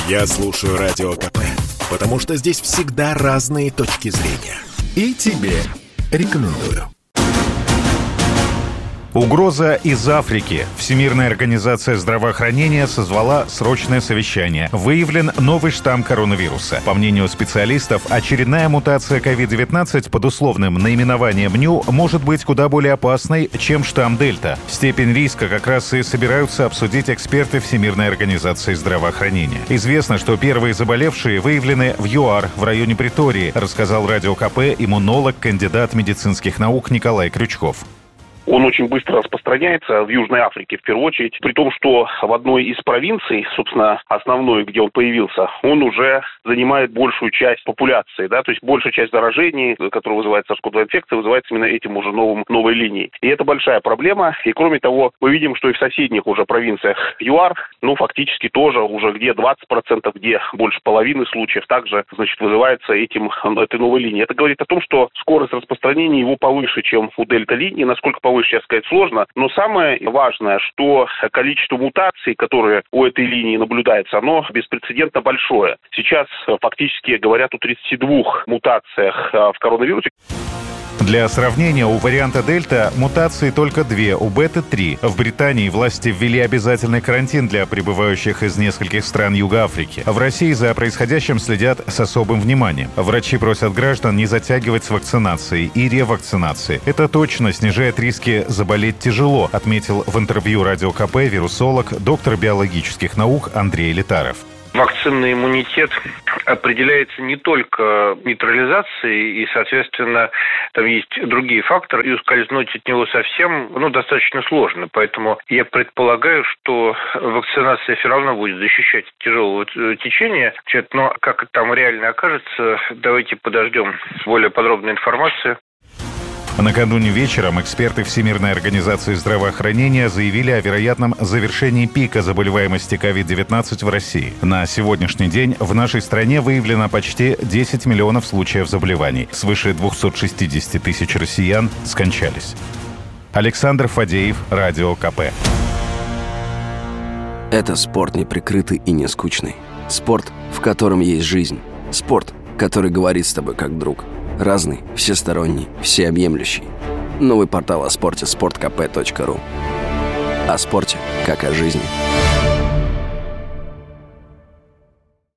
Я слушаю Радио КП, потому что здесь всегда разные точки зрения. И тебе рекомендую. Угроза из Африки. Всемирная организация здравоохранения созвала срочное совещание. Выявлен новый штамм коронавируса. По мнению специалистов, очередная мутация COVID-19 под условным наименованием НЮ может быть куда более опасной, чем штамм Дельта. Степень риска как раз и собираются обсудить эксперты Всемирной организации здравоохранения. Известно, что первые заболевшие выявлены в ЮАР в районе Претории, рассказал Радио КП иммунолог, кандидат медицинских наук Николай Крючков. Он очень быстро распространяется в Южной Африке, в первую очередь, при том, что в одной из провинций, собственно, основной, где он появился, он уже занимает большую часть популяции, да, то есть большая часть заражений, которые вызывает SARS-CoV-2 инфекция, вызывается именно этим уже новой линией. И это большая проблема, и кроме того, мы видим, что и в соседних уже провинциях ЮАР, фактически тоже уже где 20%, где больше половины случаев также, вызывается этой новой линией. Это говорит о том, что скорость распространения его повыше, чем у дельта-линии, насколько повыше, сейчас сказать сложно, но самое важное, что количество мутаций, которые у этой линии наблюдается, оно беспрецедентно большое. Сейчас фактически говорят о 32 мутациях в коронавирусе. Для сравнения, у варианта Дельта мутации только 2, у Бета-3. В Британии власти ввели обязательный карантин для прибывающих из нескольких стран Юга Африки. В России за происходящим следят с особым вниманием. Врачи просят граждан не затягивать с вакцинацией и ревакцинацией. Это точно снижает риски заболеть тяжело, отметил в интервью Радио КП вирусолог, доктор биологических наук Андрей Летаров. Вакцинный иммунитет определяется не только нейтрализацией, и, соответственно, там есть другие факторы, и ускользнуть от него совсем, достаточно сложно. Поэтому я предполагаю, что вакцинация все равно будет защищать от тяжелого течения. Но как это там реально окажется, давайте подождем более подробной информации. Накануне вечером эксперты Всемирной организации здравоохранения заявили о вероятном завершении пика заболеваемости COVID-19 в России. На сегодняшний день в нашей стране выявлено почти 10 миллионов случаев заболеваний. Свыше 260 тысяч россиян скончались. Александр Фадеев, Радио КП. Это спорт неприкрытый и не скучный. Спорт, в котором есть жизнь. Спорт, который говорит с тобой как друг. Разный, всесторонний, всеобъемлющий. Новый портал о спорте – sportkp.ru. О спорте, как о жизни.